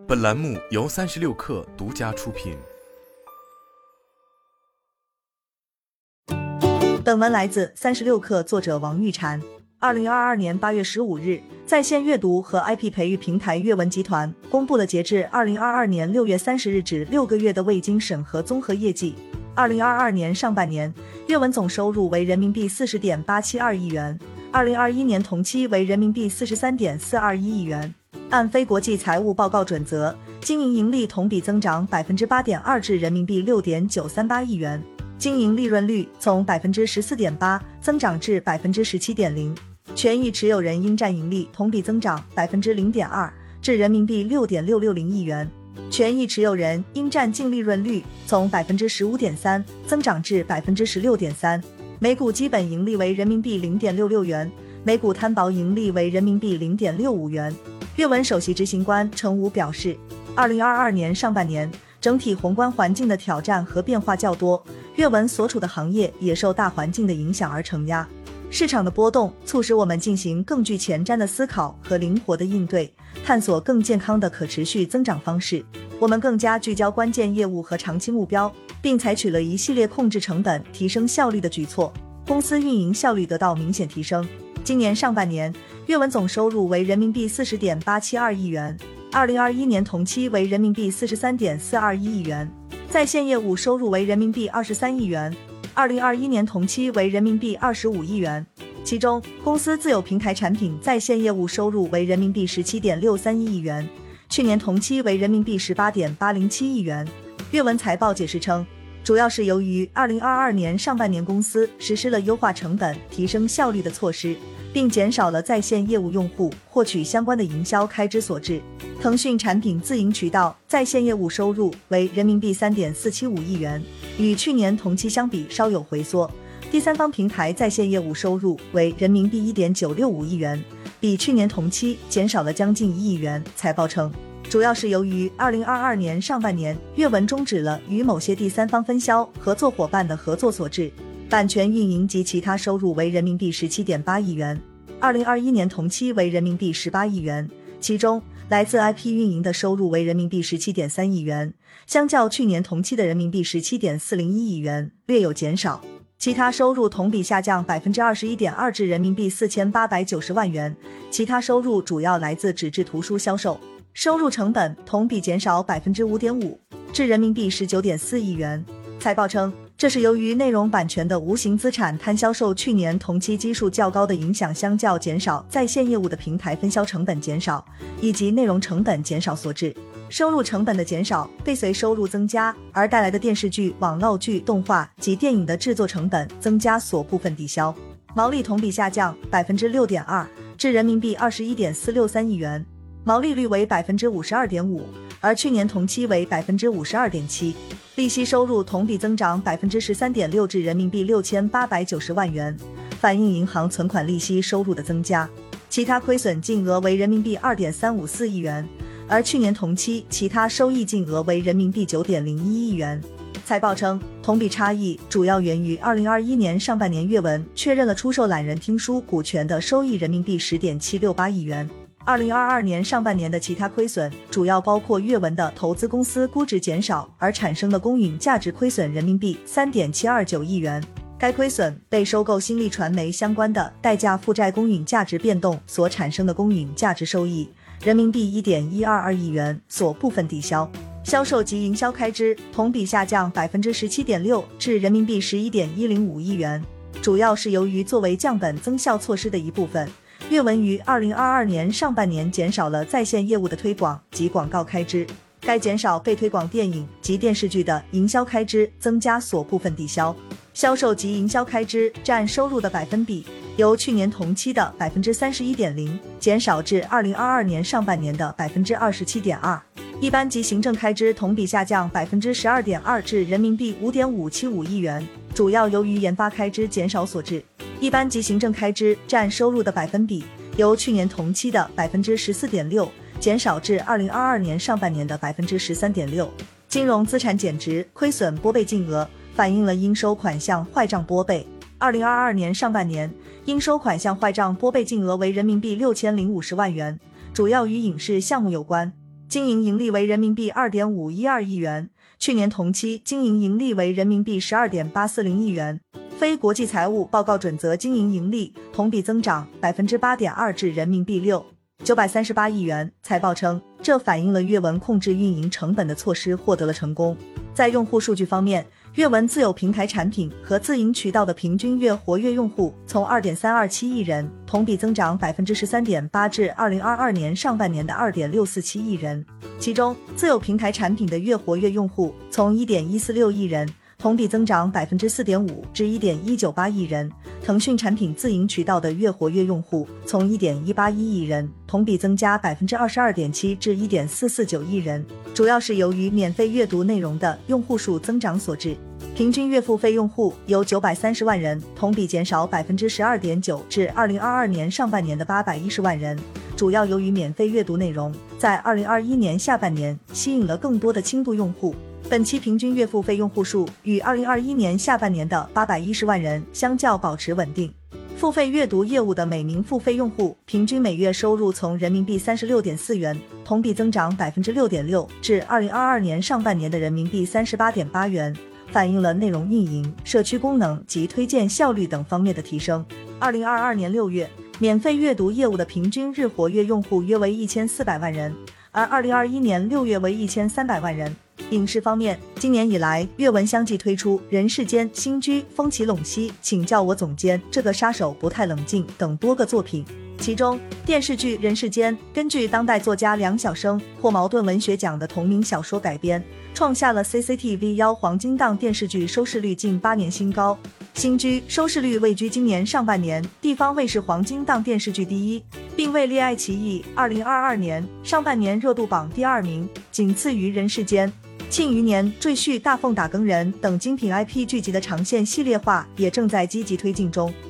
本栏目由36氪独家出品。 本文来自36氪，作者王玉婵。2022年8月15日，在线阅读和 IP 培育平台阅文集团公布了截至2022年6月30日止6个月的未经审核综合业绩。2022年上半年，阅文总收入为人民币 40.872 亿元，2021年同期为人民币 43.421 亿元。按非国际财务报告准则，经营盈利同比增长 8.2% 至人民币 6.938 亿元，经营利润率从 14.8% 增长至 17.0%， 权益持有人应占盈利同比增长 0.2% 至人民币 6.660 亿元，权益持有人应占净利润率从 15.3% 增长至 16.3%， 每股基本盈利为人民币 0.66 元，每股摊薄盈利为人民币 0.65 元。阅文首席执行官程武表示，2022年上半年整体宏观环境的挑战和变化较多，阅文所处的行业也受大环境的影响而承压。市场的波动促使我们进行更具前瞻的思考和灵活的应对，探索更健康的可持续增长方式。我们更加聚焦关键业务和长期目标，并采取了一系列控制成本、提升效率的举措，公司运营效率得到明显提升。今年上半年，阅文总收入为人民币 40.872 亿元，2021年同期为人民币 43.421 亿元，在线业务收入为人民币23亿元，2021年同期为人民币25亿元。其中，公司自有平台产品在线业务收入为人民币 17.631 亿元，去年同期为人民币 18.807 亿元。阅文财报解释称，主要是由于2022年上半年公司实施了优化成本、提升效率的措施，并减少了在线业务用户获取相关的营销开支所致。腾讯产品自营渠道在线业务收入为人民币 3.475 亿元，与去年同期相比稍有回缩。第三方平台在线业务收入为人民币 1.965 亿元，比去年同期减少了将近1亿元。财报称，主要是由于2022年上半年阅文终止了与某些第三方分销合作伙伴的合作所致。版权运营及其他收入为人民币 17.8 亿元，2021年同期为人民币18亿元，其中来自 IP 运营的收入为人民币 17.3 亿元，相较去年同期的人民币 17.401 亿元略有减少。其他收入同比下降 21.2% 至人民币4890万元，其他收入主要来自纸质图书销售，收入成本同比减少 5.5% 至人民币 19.4 亿元。财报称，这是由于内容版权的无形资产摊销售去年同期基数较高的影响相较减少，在线业务的平台分销成本减少，以及内容成本减少所致。收入成本的减少被随收入增加而带来的电视剧、网络剧、动画及电影的制作成本增加所部分抵消。毛利同比下降 6.2% 至人民币 21.463 亿元，毛利率为 52.5%， 而去年同期为 52.7%。利息收入同比增长 13.6% 至人民币6890万元，反映银行存款利息收入的增加。其他亏损净额为人民币 2.354 亿元，而去年同期其他收益净额为人民币 9.01 亿元。财报称，同比差异主要源于2021年上半年阅文确认了出售懒人听书股权的收益人民币 10.768 亿元。2022年上半年的其他亏损主要包括阅文的投资公司估值减少而产生的公允价值亏损人民币 3.729 亿元，该亏损被收购新力传媒相关的代价负债公允价值变动所产生的公允价值收益人民币 1.122 亿元所部分抵消。销售及营销开支同比下降 17.6% 至人民币 11.105 亿元，主要是由于作为降本增效措施的一部分，阅文于2022年上半年减少了在线业务的推广及广告开支，该减少被推广电影及电视剧的营销开支增加所部分抵消。销售及营销开支占收入的百分比由去年同期的 31.0% 减少至2022年上半年的 27.2%。一般及行政开支同比下降 12.2% 至人民币 5.575 亿元，主要由于研发开支减少所致。一般及行政开支占收入的百分比由去年同期的 14.6% 减少至2022年上半年的 13.6%。金融资产减值亏损拨备净额反映了应收款项坏账拨备。2022年上半年应收款项坏账拨备净额为人民币6050万元，主要与影视项目有关。 经营盈利为人民币 2.512 亿元，去年同期经营盈利为人民币 12.840 亿元。非国际财务报告准则经营盈利同比增长 8.2% 至人民币6,938亿元。财报称，这反映了阅文控制运营成本的措施获得了成功。在用户数据方面，阅文自有平台产品和自营渠道的平均月活跃用户从 2.327 亿人同比增长 13.8% 至2022年上半年的 2.647 亿人。其中，自有平台产品的月活跃用户从 1.146 亿人同比增长 4.5% 至 1.198 亿人。腾讯产品自营渠道的月活跃用户从 1.181 亿人同比增加 22.7% 至 1.449 亿人，主要是由于免费阅读内容的用户数增长所致。平均月付费用户由930万人同比减少 12.9% 至2022年上半年的810万人，主要由于免费阅读内容在2021年下半年吸引了更多的轻度用户。本期平均月付费用户数与2021年下半年的810万人相较保持稳定。付费阅读业务的每名付费用户平均每月收入从人民币 36.4 元同比增长 6.6% 至2022年上半年的人民币 38.8 元，反映了内容运营、社区功能及推荐效率等方面的提升。2022年6月，免费阅读业务的平均日活跃用户约为1400万人，而2021年6月为1300万人。影视方面，今年以来，阅文相继推出《人世间》《新居》《风起陇西》《请叫我总监》《这个杀手不太冷静》等多个作品。其中，电视剧《人世间》根据当代作家梁晓声获茅盾文学奖的同名小说改编，创下了 CCTV1 黄金档电视剧收视率近8年新高。新居收视率位居今年上半年地方卫视黄金档电视剧第一，并位《恋爱奇异》2022年上半年热度榜第2名，仅次于《人世间》。庆余年、赘婿、大奉打更人等精品 IP 剧集的长线系列化也正在积极推进中。